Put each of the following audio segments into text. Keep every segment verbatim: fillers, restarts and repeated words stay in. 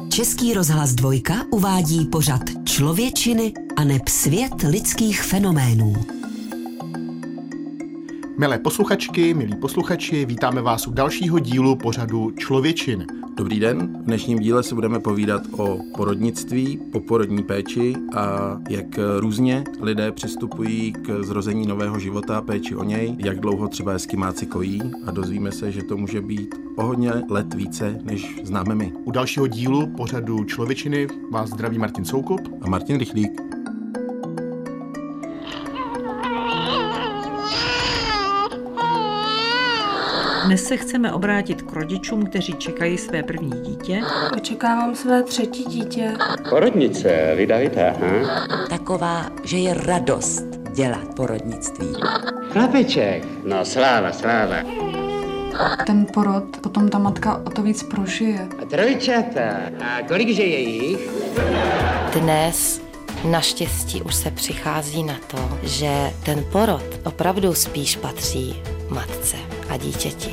Český rozhlas Dvojka uvádí pořad Člověčiny a neb svět lidských fenoménů. Milé posluchačky, milí posluchači, vítáme vás u dalšího dílu pořadu Člověčiny. Dobrý den, v dnešním díle se budeme povídat o porodnictví, poporodní péči a jak různě lidé přistupují k zrození nového života a péči o něj, jak dlouho třeba eskimáci kojí a dozvíme se, že to může být o hodně let více, než známe my. U dalšího dílu pořadu Člověčiny vás zdraví Martin Soukup a Martin Rychlík. Dnes se chceme obrátit k rodičům, kteří čekají své první dítě. Očekávám své třetí dítě. Porodnice, vydavitá, ha? Taková, že je radost dělat porodnictví. Chlapeček, no sláva, sláva. Ten porod, potom ta matka o to víc prožije. A trojčata, a kolikže je jich? Dnes naštěstí už se přichází na to, že ten porod opravdu spíš patří matce a dítěti.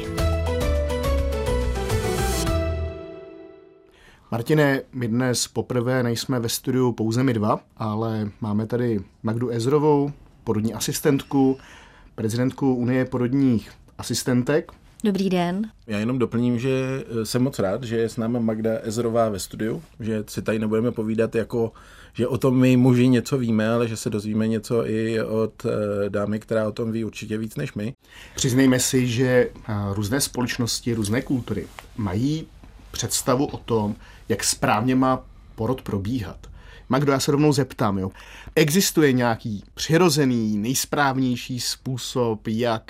Martine, my dnes poprvé nejsme ve studiu pouze my dva, ale máme tady Magdu Ezrovou, porodní asistentku, prezidentku Unie porodních asistentek. Dobrý den. Já jenom doplním, že jsem moc rád, že je s námi Magda Ezrová ve studiu, že si tady nebudeme povídat jako, že o tom my muži něco víme, ale že se dozvíme něco i od dámy, která o tom ví určitě víc než my. Přiznejme si, že různé společnosti, různé kultury mají představu o tom, jak správně má porod probíhat. Magdo, já se rovnou zeptám, jo. Existuje nějaký přirozený, nejsprávnější způsob, jak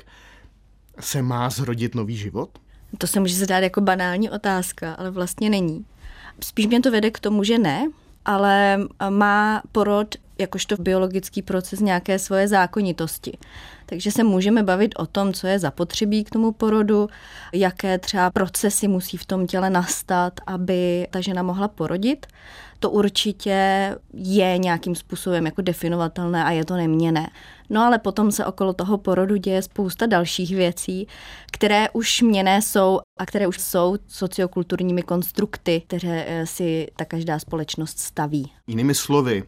se má zrodit nový život? To se může zdát jako banální otázka, ale vlastně není. Spíš mě to vede k tomu, že ne, ale má porod jakožto biologický proces nějaké svoje zákonitosti. Takže se můžeme bavit o tom, co je zapotřebí k tomu porodu, jaké třeba procesy musí v tom těle nastat, aby ta žena mohla porodit. To určitě je nějakým způsobem jako definovatelné a je to neměnné. No ale potom se okolo toho porodu děje spousta dalších věcí, které už měnné jsou a které už jsou sociokulturními konstrukty, které si ta každá společnost staví. Jinými slovy,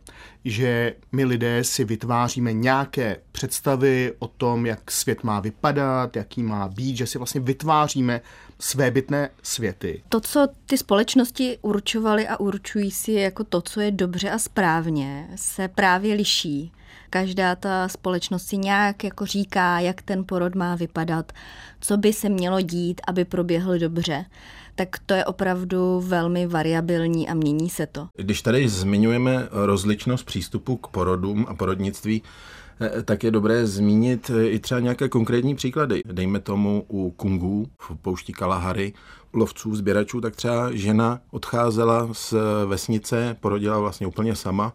že my lidé si vytváříme nějaké představy o tom, jak svět má vypadat, jaký má být, že si vlastně vytváříme svébytné světy. To, co ty společnosti určovaly a určují si jako to, co je dobře a správně, se právě liší. Každá ta společnost si nějak jako říká, jak ten porod má vypadat, co by se mělo dít, aby proběhl dobře. Tak to je opravdu velmi variabilní a mění se to. Když tady zmiňujeme rozličnost přístupu k porodům a porodnictví, tak je dobré zmínit i třeba nějaké konkrétní příklady. Dejme tomu u Kungů v poušti Kalahary, lovců, sběračů, tak třeba žena odcházela z vesnice, porodila vlastně úplně sama,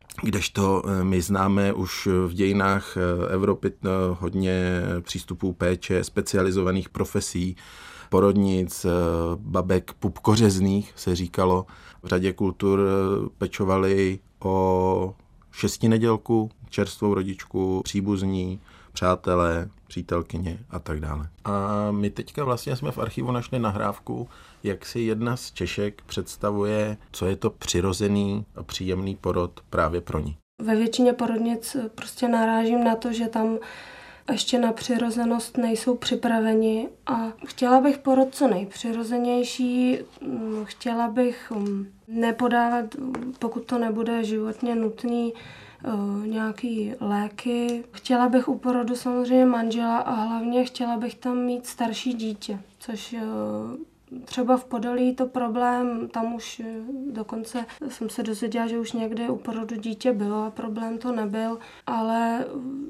kdežto my známe už v dějinách Evropy hodně přístupů péče, specializovaných profesí, porodnic, babek, pup kořezných se říkalo. V řadě kultur pečovali o šestinedělku, čerstvou rodičku, příbuzní, přátelé, přítelkyně a tak dále. A my teďka vlastně jsme v archivu našli nahrávku, jak si jedna z Češek představuje, co je to přirozený a příjemný porod právě pro ní. Ve většině porodnic prostě narážím na to, že tam ještě na přirozenost nejsou připraveni a chtěla bych porod co nejpřirozenější, chtěla bych nepodávat, pokud to nebude životně nutný, nějaký léky. Chtěla bych u porodu samozřejmě manžela a hlavně chtěla bych tam mít starší dítě, což třeba v Podolí to problém, tam už dokonce jsem se dozvěděla, že už někde u porodu dítě bylo a problém to nebyl, ale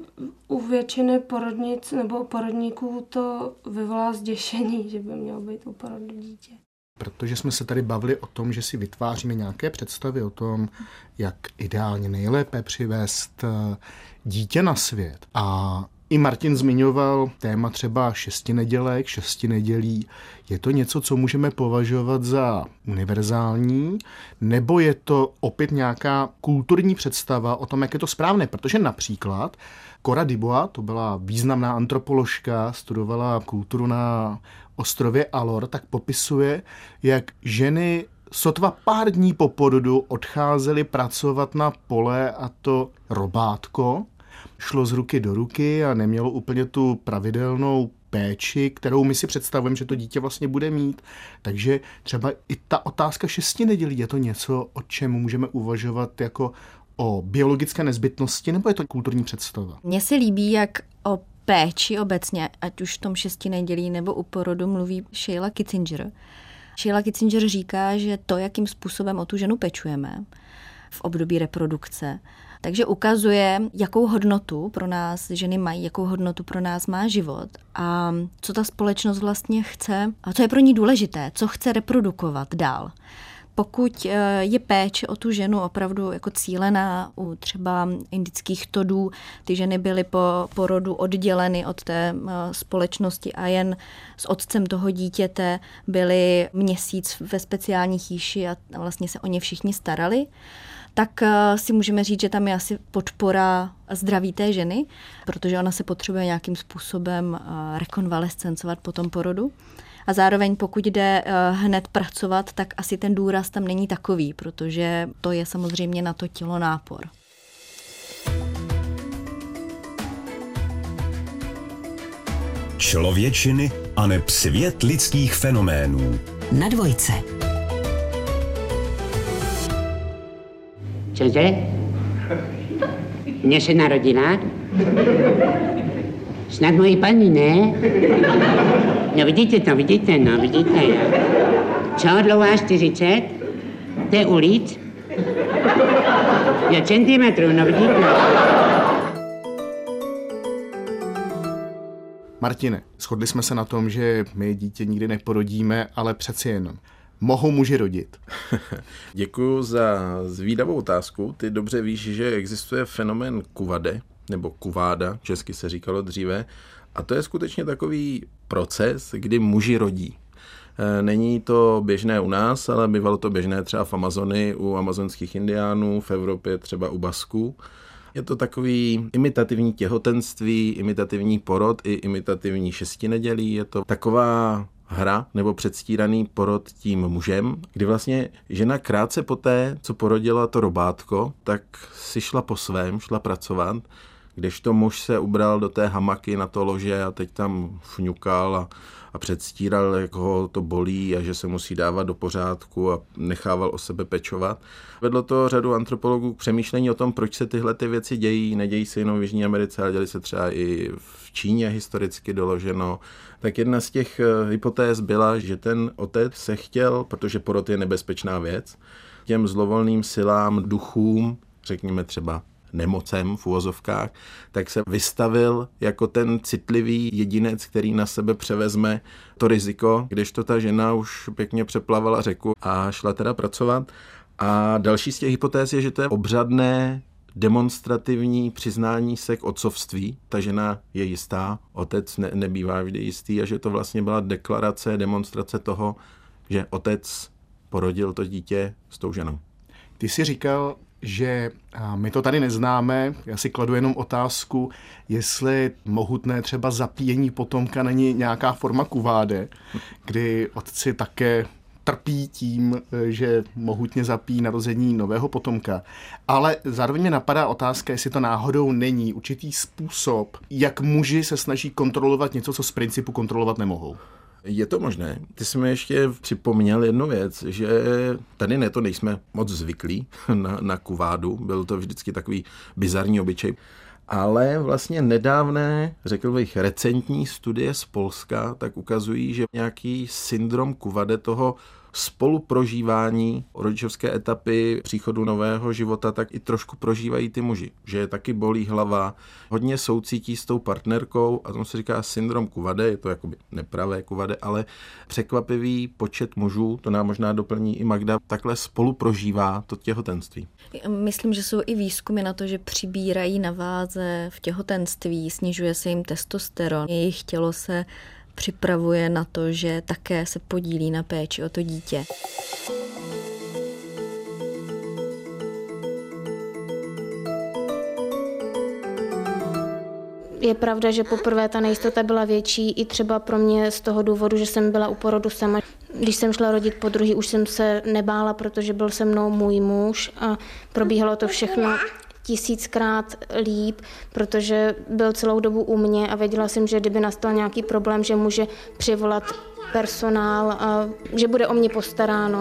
u většiny porodnic nebo porodníků to vyvolá zděšení, že by mělo být u porodu dítě. Protože jsme se tady bavili o tom, že si vytváříme nějaké představy o tom, jak ideálně nejlépe přivést dítě na svět. A i Martin zmiňoval téma třeba šesti nedělek, šesti nedělí. Je to něco, co můžeme považovat za univerzální, nebo je to opět nějaká kulturní představa o tom, jak je to správné? Protože například Cora Dubois, to byla významná antropoložka, studovala kulturu na ostrově Alor, tak popisuje, jak ženy sotva pár dní po porodu odcházeli pracovat na pole a to robátko šlo z ruky do ruky a nemělo úplně tu pravidelnou péči, kterou my si představujeme, že to dítě vlastně bude mít. Takže třeba i ta otázka šesti nedělí, je to něco, o čem můžeme uvažovat jako o biologické nezbytnosti, nebo je to kulturní představa? Mně se líbí, jak o péči obecně, ať už v tom šesti nedělí nebo u porodu, mluví Sheila Kitzinger. Sheila Kitzinger říká, že to, jakým způsobem o tu ženu pečujeme v období reprodukce, takže ukazuje, jakou hodnotu pro nás ženy mají, jakou hodnotu pro nás má život a co ta společnost vlastně chce a co je pro ní důležité, co chce reprodukovat dál. Pokud je péče o tu ženu opravdu jako cílená u třeba indických todů, ty ženy byly po porodu odděleny od té společnosti a jen s otcem toho dítěte byly měsíc ve speciální chýši a vlastně se o ně všichni starali, tak si můžeme říct, že tam je asi podpora zdraví té ženy, protože ona se potřebuje nějakým způsobem rekonvalescencovat po tom porodu. A zároveň pokud jde hned pracovat, tak asi ten důraz tam není takový, protože to je samozřejmě na to tělo nápor. Člověčiny aneb svět lidských fenoménů. Na dvojce. Cože? Mně se narodila? Snad mojí paní, ne? No vidíte to, vidíte, no vidíte, jo. Co, dlouhá čtyřicet? To je ulic? Jo, centimetrů, no vidíte. Martine, shodli jsme se na tom, že my dítě nikdy neporodíme, ale přeci jenom. Mohou muži rodit? Děkuju za zvídavou otázku. Ty dobře víš, že existuje fenomén kuvade, nebo kuváda, česky se říkalo dříve, a to je skutečně takový proces, kdy muži rodí. Není to běžné u nás, ale bývalo to běžné třeba v Amazonii, u amazonských indiánů, v Evropě třeba u Basků. Je to takový imitativní těhotenství, imitativní porod i imitativní šestinedělí. Je to taková hra nebo předstíraný porod tím mužem, kdy vlastně žena krátce poté, co porodila to robátko, tak si šla po svém, šla pracovat, kdežto muž se ubral do té hamaky na to lože a teď tam fňukal a, a předstíral, jak ho to bolí a že se musí dávat do pořádku a nechával o sebe pečovat. Vedlo to řadu antropologů k přemýšlení o tom, proč se tyhle ty věci dějí. Nedějí se jenom v Jižní Americe, ale děli se třeba i v Číně historicky doloženo. Tak jedna z těch hypotéz byla, že ten otec se chtěl, protože porod je nebezpečná věc, těm zlovolným silám, duchům, řekněme třeba nemocem v uvozovkách, tak se vystavil jako ten citlivý jedinec, který na sebe převezme to riziko, kdežto ta žena už pěkně přeplavala řeku a šla teda pracovat. A další z těch hypotéz je, že to je obřadné demonstrativní přiznání se k otcovství. Ta žena je jistá, otec ne, nebývá vždy jistý a že to vlastně byla deklarace, demonstrace toho, že otec porodil to dítě s tou ženou. Ty jsi říkal, že my to tady neznáme, já si kladu jenom otázku, jestli mohutné třeba zapíjení potomka není nějaká forma kuváde, kdy otci také trpí tím, že mohutně zapíjí narození nového potomka. Ale zároveň mě napadá otázka, jestli to náhodou není určitý způsob, jak muži se snaží kontrolovat něco, co z principu kontrolovat nemohou. Je to možné. Ty jsi mi ještě připomněl jednu věc, že tady ne to nejsme moc zvyklí na, na kuvádu, byl to vždycky takový bizarní obyčej, ale vlastně nedávné, řekl bych, recentní studie z Polska tak ukazují, že nějaký syndrom kuvade toho spoluprožívání rodičovské etapy příchodu nového života, tak i trošku prožívají ty muži, že je taky bolí hlava, hodně soucítí s tou partnerkou a tomu se říká syndrom kuvade, je to jakoby nepravé kuvade, ale překvapivý počet mužů, to nám možná doplní i Magda, takhle spoluprožívá to těhotenství. Myslím, že jsou i výzkumy na to, že přibírají na váze v těhotenství, snižuje se jim testosteron, jejich tělo se připravuje na to, že také se podílí na péči o to dítě. Je pravda, že poprvé ta nejistota byla větší i třeba pro mě z toho důvodu, že jsem byla u porodu sama. Když jsem šla rodit po druhý, už jsem se nebála, protože byl se mnou můj muž a probíhalo to všechno tisíckrát líp, protože byl celou dobu u mě a věděla jsem, že kdyby nastal nějaký problém, že může přivolat personál a že bude o mě postaráno.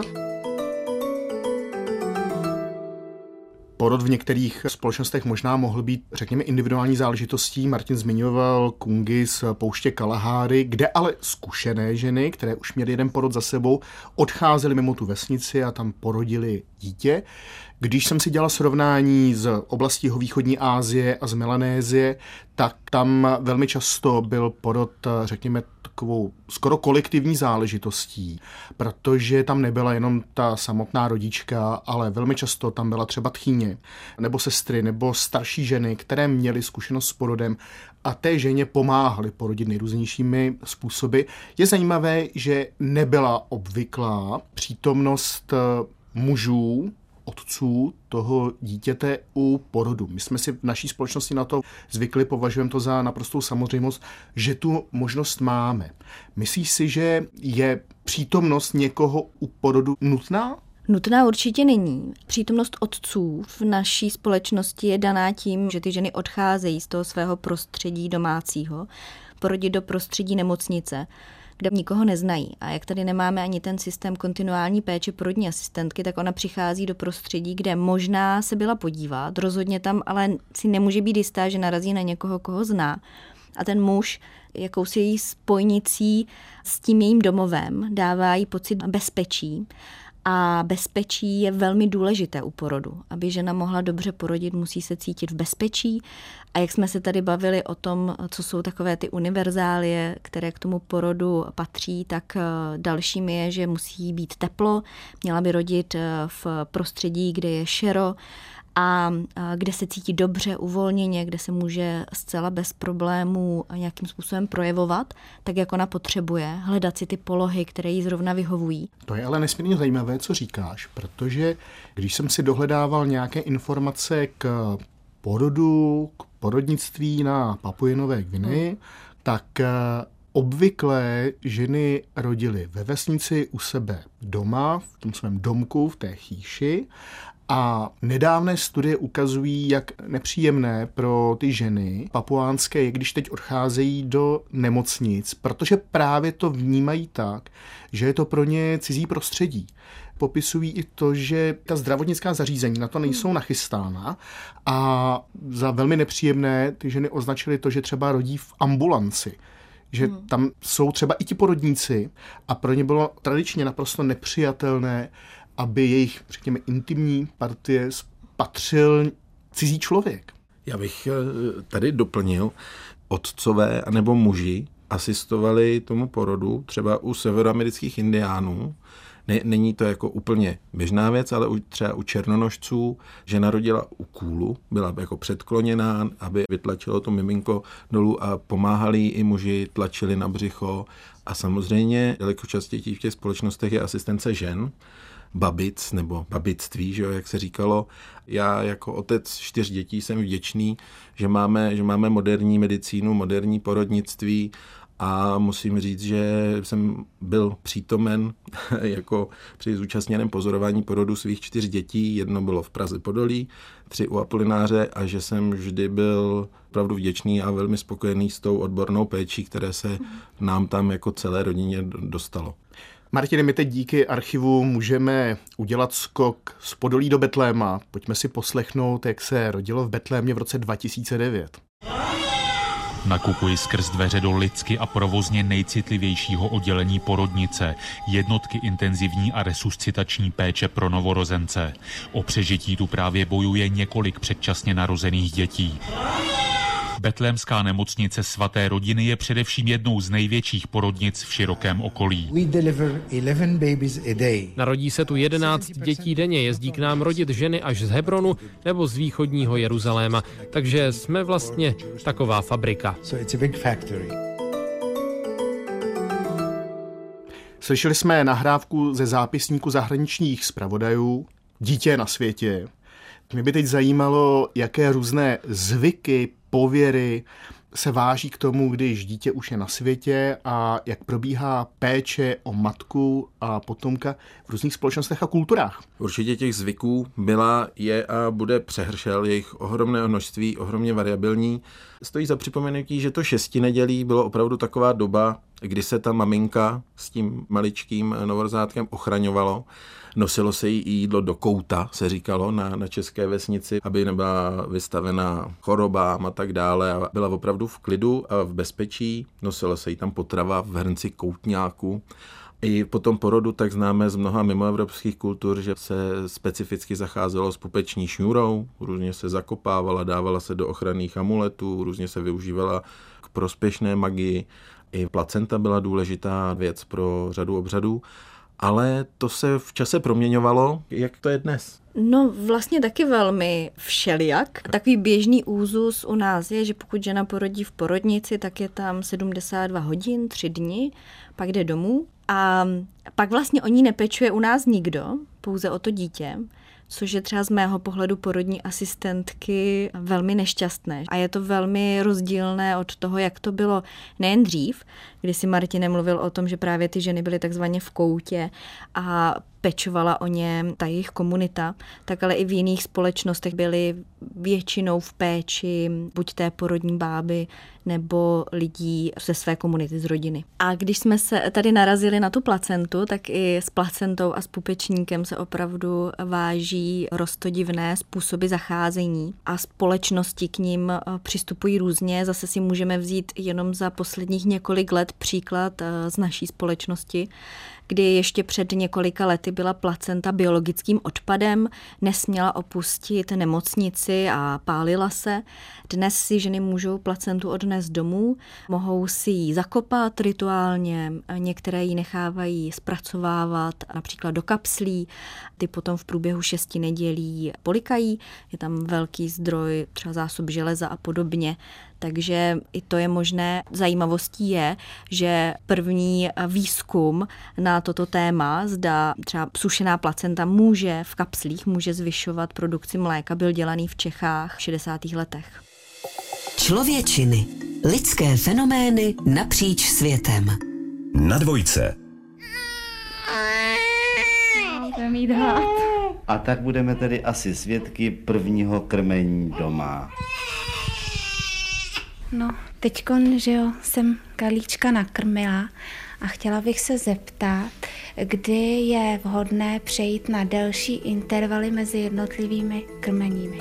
Porod v některých společnostech možná mohl být, řekněme, individuální záležitostí. Martin zmiňoval Kungy z pouště Kalahary, kde ale zkušené ženy, které už měly jeden porod za sebou, odcházely mimo tu vesnici a tam porodili dítě. Když jsem si dělal srovnání z oblasti jihovýchodní Asie a z Melanézie, tak tam velmi často byl porod, řekněme, takovou skoro kolektivní záležitostí, protože tam nebyla jenom ta samotná rodička, ale velmi často tam byla třeba tchýně, nebo sestry, nebo starší ženy, které měly zkušenost s porodem a té ženě pomáhaly porodit nejrůznějšími způsoby. Je zajímavé, že nebyla obvyklá přítomnost mužů, otců toho dítěte u porodu. My jsme si v naší společnosti na to zvykli, považujeme to za naprostou samozřejmost, že tu možnost máme. Myslíš si, že je přítomnost někoho u porodu nutná? Nutná určitě není. Přítomnost otců v naší společnosti je daná tím, že ty ženy odcházejí z toho svého prostředí domácího, porodit do prostředí nemocnice, kde nikoho neznají. A jak tady nemáme ani ten systém kontinuální péče porodní asistentky, tak ona přichází do prostředí, kde možná se byla podívat, rozhodně tam ale si nemůže být jistá, že narazí na někoho, koho zná. A ten muž jakousi její spojnicí s tím jejím domovem dává jí pocit bezpečí. A bezpečí je velmi důležité u porodu. Aby žena mohla dobře porodit, musí se cítit v bezpečí. A jak jsme se tady bavili o tom, co jsou takové ty univerzálie, které k tomu porodu patří, tak dalším je, že musí být teplo. Měla by rodit v prostředí, kde je šero a kde se cítí dobře, uvolněně, kde se může zcela bez problémů nějakým způsobem projevovat, tak jak ona potřebuje, hledat si ty polohy, které jí zrovna vyhovují. To je ale nesmírně zajímavé, co říkáš, protože když jsem si dohledával nějaké informace k porodu, k porodnictví na Papui Nové Gvineji, hmm. tak obvykle ženy rodily ve vesnici u sebe doma, v tom svém domku, v té chýši. A nedávné studie ukazují, jak nepříjemné pro ty ženy papuánské je, když teď odcházejí do nemocnic, protože právě to vnímají tak, že je to pro ně cizí prostředí. Popisují i to, že ta zdravotnická zařízení na to nejsou nachystána a za velmi nepříjemné ty ženy označily to, že třeba rodí v ambulanci. Že tam jsou třeba i ti porodníci a pro ně bylo tradičně naprosto nepřijatelné, aby jejich, řekněme, intimní partie spatřil cizí člověk. Já bych tady doplnil, otcové anebo muži asistovali tomu porodu třeba u severoamerických indiánů. Ne, není to jako úplně běžná věc, ale u, třeba u černonožců žena rodila u kůlu, byla jako předkloněná, aby vytlačilo to miminko dolů a pomáhali jí i muži, tlačili na břicho. A samozřejmě daleko častěji v těch společnostech je asistence žen, babic nebo babictví, že jo, jak se říkalo. Já jako otec čtyř dětí jsem vděčný, že máme, že máme moderní medicínu, moderní porodnictví a musím říct, že jsem byl přítomen jako při zúčastněném pozorování porodu svých čtyř dětí. Jedno bylo v Praze Podolí, tři u Apolináře a že jsem vždy byl opravdu vděčný a velmi spokojený s tou odbornou péčí, které se nám tam jako celé rodině dostalo. Martine, my teď díky archivu můžeme udělat skok z Podolí do Betléma. Pojďme si poslechnout, jak se rodilo v Betlémě v roce dva tisíce devět. Nakupuji skrz dveře do lidsky a provozně nejcitlivějšího oddělení porodnice, jednotky intenzivní a resuscitační péče pro novorozence. O přežití tu právě bojuje několik předčasně narozených dětí. Betlémská nemocnice svaté rodiny je především jednou z největších porodnic v širokém okolí. Narodí se tu jedenáct dětí denně, jezdí k nám rodit ženy až z Hebronu nebo z východního Jeruzaléma, takže jsme vlastně taková fabrika. Slyšeli jsme nahrávku ze zápisníku zahraničních zpravodajů Dítě na světě. Mě by teď zajímalo, jaké různé zvyky, pověry se váží k tomu, když dítě už je na světě a jak probíhá péče o matku a potomka v různých společnostech a kulturách. Určitě těch zvyků byla, je a bude přehršel, jejich ohromné množství, ohromně variabilní. Stojí za připomenutí, že to šesti nedělí bylo opravdu taková doba, kdy se ta maminka s tím maličkým novorozátkem ochraňovalo. Nosilo se jí jídlo do kouta, se říkalo na, na české vesnici, aby nebyla vystavena chorobám a tak dále. A byla opravdu v klidu a v bezpečí. Nosilo se jí tam potrava v hrnci koutňáku. I po tom porodu tak známe z mnoha mimoevropských kultur, že se specificky zacházelo s pupeční šňůrou, různě se zakopávala, dávala se do ochranných amuletů, různě se využívala k prospěšné magii. I placenta byla důležitá věc pro řadu obřadů, ale to se v čase proměňovalo. Jak to je dnes? No vlastně taky velmi všelijak. Takový běžný úzus u nás je, že pokud žena porodí v porodnici, tak je tam sedmdesát dva hodin, tři dny, pak jde domů a pak vlastně o ní nepečuje u nás nikdo, pouze o to dítě, což je třeba z mého pohledu porodní asistentky velmi nešťastné. A je to velmi rozdílné od toho, jak to bylo nejen dřív, kdy si Martin mluvil o tom, že právě ty ženy byly takzvaně v koutě a pečovala o ně ta jejich komunita, tak ale i v jiných společnostech byly většinou v péči buď té porodní báby nebo lidí ze své komunity, z rodiny. A když jsme se tady narazili na tu placentu, tak i s placentou a s pupečníkem se opravdu váží roztodivné způsoby zacházení a společnosti k ním přistupují různě. Zase si můžeme vzít jenom za posledních několik let příklad z naší společnosti, kdy ještě před několika lety byla placenta biologickým odpadem, nesměla opustit nemocnici a pálila se. Dnes si ženy můžou placentu odnést domů, mohou si ji zakopat rituálně, některé ji nechávají zpracovávat například do kapslí, ty potom v průběhu šesti nedělí polikají, je tam velký zdroj třeba zásob železa a podobně. Takže i to je možné. Zajímavostí je, že první výzkum na toto téma, zda třeba sušená placenta může v kapslích, může zvyšovat produkci mléka, byl dělaný v Čechách v šedesátých letech. Člověčiny. Lidské fenomény napříč světem. Na dvojce. Mít hlad. A tak budeme tedy asi svědky prvního krmení doma. No, teďkon, že jo, jsem Karlíčka nakrmila a chtěla bych se zeptat, kdy je vhodné přejít na delší intervaly mezi jednotlivými krmeními.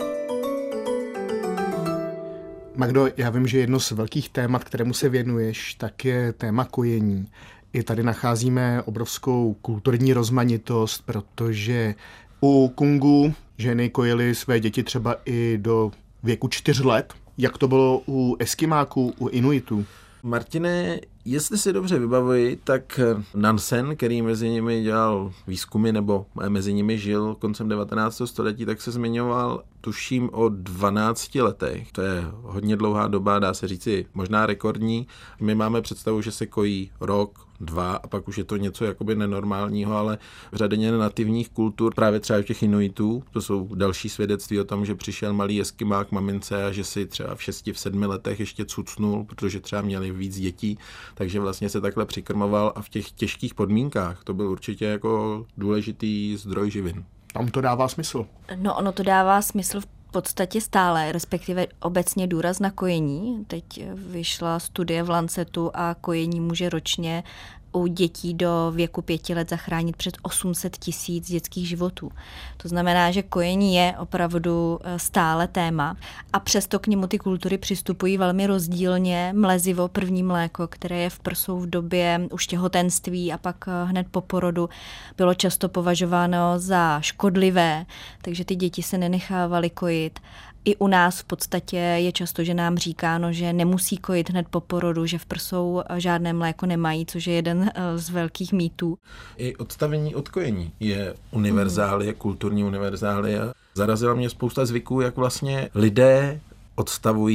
Magdo, já vím, že jedno z velkých témat, kterému se věnuješ, tak je téma kojení. I tady nacházíme obrovskou kulturní rozmanitost, protože u Kungu ženy kojily své děti třeba i do věku čtyř let. Jak to bylo u Eskimáků, u Inuitů? Martine, jestli si dobře vybavuji, tak Nansen, který mezi nimi dělal výzkumy nebo mezi nimi žil koncem devatenáctého století, tak se zmiňoval tuším o dvanácti letech. To je hodně dlouhá doba, dá se říci možná rekordní. My máme představu, že se kojí rok, dva a pak už je to něco jakoby nenormálního, ale v řadě nativních kultur, právě třeba těch Inuitů, to jsou další svědectví o tom, že přišel malý Eskimák mamince a že si třeba v šesti, v sedmi letech ještě cucnul, protože třeba měli víc dětí, takže vlastně se takhle přikrmoval a v těch těžkých podmínkách to byl určitě jako důležitý zdroj živin. Tam to dává smysl. No, ono to dává smysl v podstatě stále, respektive obecně důraz na kojení. Teď vyšla studie v Lancetu a kojení může ročně u dětí do věku pěti let zachránit před osm set tisíc dětských životů. To znamená, že kojení je opravdu stále téma a přesto k němu ty kultury přistupují velmi rozdílně. Mlezivo, první mléko, které je v prsou v době už těhotenství a pak hned po porodu, bylo často považováno za škodlivé, takže ty děti se nenechávaly kojit. I u nás v podstatě je často, že nám říkáno, že nemusí kojit hned po porodu, že v prsou žádné mléko nemají, což je jeden z velkých mýtů. I odstavení od kojení je univerzálie, mm. kulturní univerzálie. Zarazila mě spousta zvyků, jak vlastně lidé odstavují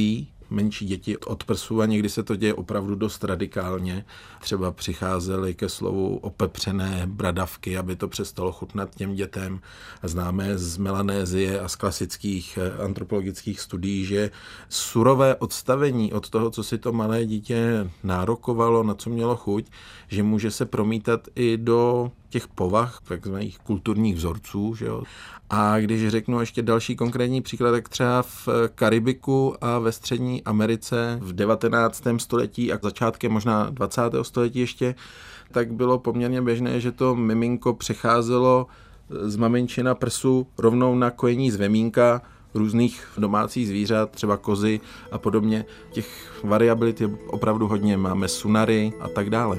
menší děti od prsů a někdy se to děje opravdu dost radikálně. Třeba přicházely ke slovu opepřené bradavky, aby to přestalo chutnat těm dětem. Známe z Melanézie a z klasických antropologických studií, že surové odstavení od toho, co si to malé dítě nárokovalo, na co mělo chuť, že může se promítat i do těch povah, takzvaných kulturních vzorců. Že jo? A když řeknu ještě další konkrétní příklad, tak třeba v Karibiku a ve Střední Americe v devatenáctém století a začátkem možná dvacátého století ještě, tak bylo poměrně běžné, že to miminko přecházelo z maminčina prsu rovnou na kojení z vemínka různých domácích zvířat, třeba kozy a podobně. Těch variabilit je opravdu hodně. Máme sunary a tak dále.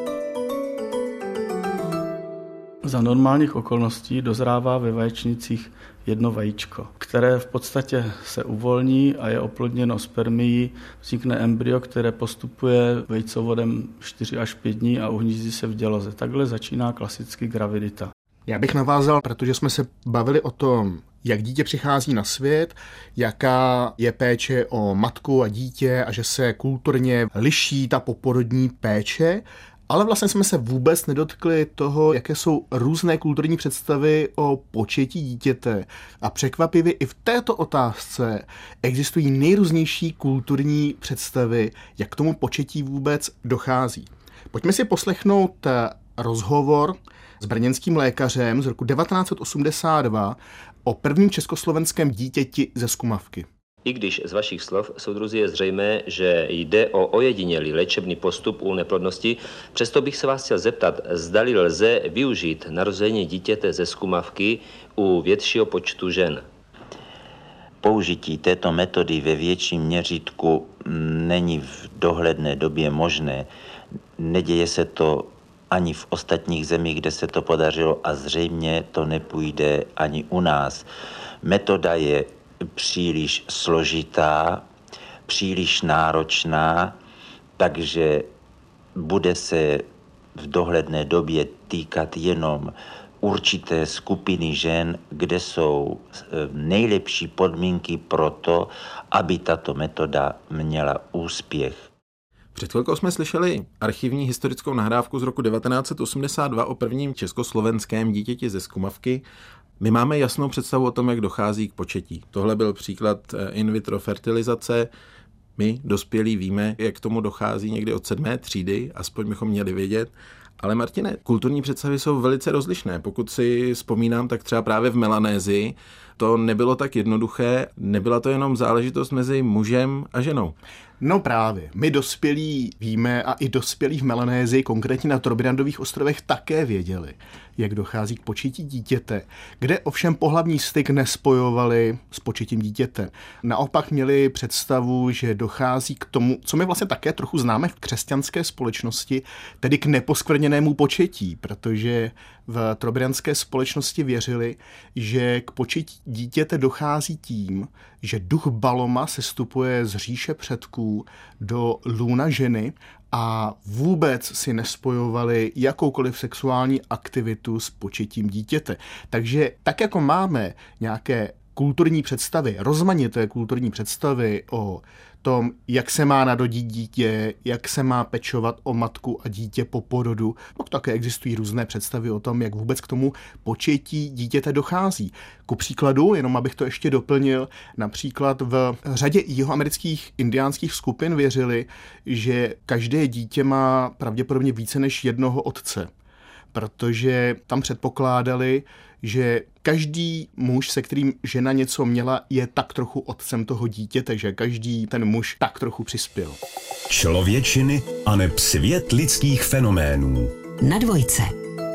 Za normálních okolností dozrává ve vaječnicích jedno vajíčko, které v podstatě se uvolní a je oplodněno spermií. Vznikne embryo, které postupuje vejcovodem čtyři až pět dní a uhnízdí se v děloze. Takhle začíná klasicky gravidita. Já bych navázal, protože jsme se bavili o tom, jak dítě přichází na svět, jaká je péče o matku a dítě a že se kulturně liší ta poporodní péče, ale vlastně jsme se vůbec nedotkli toho, jaké jsou různé kulturní představy o početí dítěte. A překvapivě i v této otázce existují nejrůznější kulturní představy, jak k tomu početí vůbec dochází. Pojďme si poslechnout rozhovor s brněnským lékařem z roku devatenáct set osmdesát dva o prvním československém dítěti ze Skumavky. I když z vašich slov, soudruzi, je zřejmé, že jde o ojedinělý léčebný postup u neplodnosti, přesto bych se vás chtěl zeptat, zdali lze využít narození dítěte ze Skumavky u většího počtu žen. Použití této metody ve větším měřítku není v dohledné době možné. Neděje se to ani v ostatních zemích, kde se to podařilo a zřejmě to nepůjde ani u nás. Metoda je příliš složitá, příliš náročná, takže bude se v dohledné době týkat jenom určité skupiny žen, kde jsou nejlepší podmínky pro to, aby tato metoda měla úspěch. Před chvilkou jsme slyšeli archivní historickou nahrávku z roku devatenáct set osmdesát dva o prvním československém dítěti ze Skumavky. My máme jasnou představu o tom, jak dochází k početí. Tohle byl příklad in vitro fertilizace. My, dospělí, víme, jak k tomu dochází někdy od sedmé třídy, aspoň bychom měli vědět. Ale Martine, kulturní představy jsou velice rozlišné. Pokud si vzpomínám, tak třeba právě v Melanézii to nebylo tak jednoduché, nebyla to jenom záležitost mezi mužem a ženou. No právě, my dospělí víme a i dospělí v Melanézii, konkrétně na Trinidadových ostrovech, také věděli, jak dochází k početí dítěte, kde ovšem pohlavní styk nespojovali s početím dítěte. Naopak měli představu, že dochází k tomu, co my vlastně také trochu známe v křesťanské společnosti, tedy k neposkvrněnému početí, protože v trobrianské společnosti věřili, že k početí dítěte dochází tím, že duch Baloma sestupuje z říše předků do lůna ženy a vůbec si nespojovali jakoukoliv sexuální aktivitu s početím dítěte. Takže tak jako máme nějaké kulturní představy, rozmanité kulturní představy o tom, jak se má narodit dítě, jak se má pečovat o matku a dítě po porodu, no také existují různé představy o tom, jak vůbec k tomu početí dítěte dochází. Ku příkladu, jenom abych to ještě doplnil, například v řadě jihoamerických indiánských skupin věřili, že každé dítě má pravděpodobně více než jednoho otce, protože tam předpokládali, že každý muž, se kterým žena něco měla, je tak trochu otcem toho dítěte, že každý ten muž tak trochu přispěl. Člověčiny aneb svět lidských fenoménů. Na dvojce.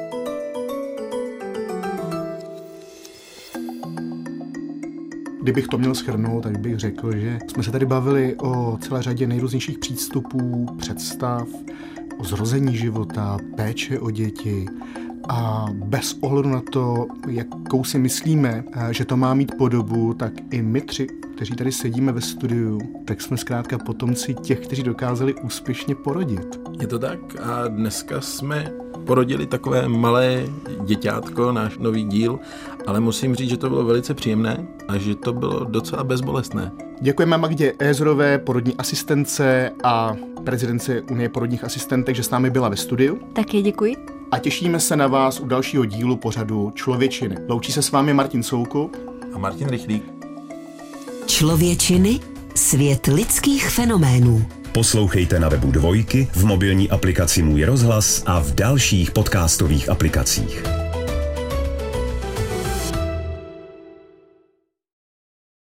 Kdybych to měl shrnout, tak bych řekl, že jsme se tady bavili o celé řadě nejrůznějších přístupů, představ, o zrození života, péče o děti, a bez ohledu na to, jakou si myslíme, že to má mít podobu, tak i my tři, kteří tady sedíme ve studiu, tak jsme zkrátka potomci těch, kteří dokázali úspěšně porodit. Je to tak a dneska jsme porodili takové malé děťátko, náš nový díl, ale musím říct, že to bylo velice příjemné a že to bylo docela bezbolestné. Děkujeme Magdě Ézerové, porodní asistence a prezidentce Unie porodních asistentek, že s námi byla ve studiu. Taky děkuji. A těšíme se na vás u dalšího dílu pořadu Člověčiny. Loučí se s vámi Martin Soukup a Martin Rychlík. Člověčiny, svět lidských fenoménů. Poslouchejte na webu Dvojky, v mobilní aplikaci Můj rozhlas a v dalších podcastových aplikacích.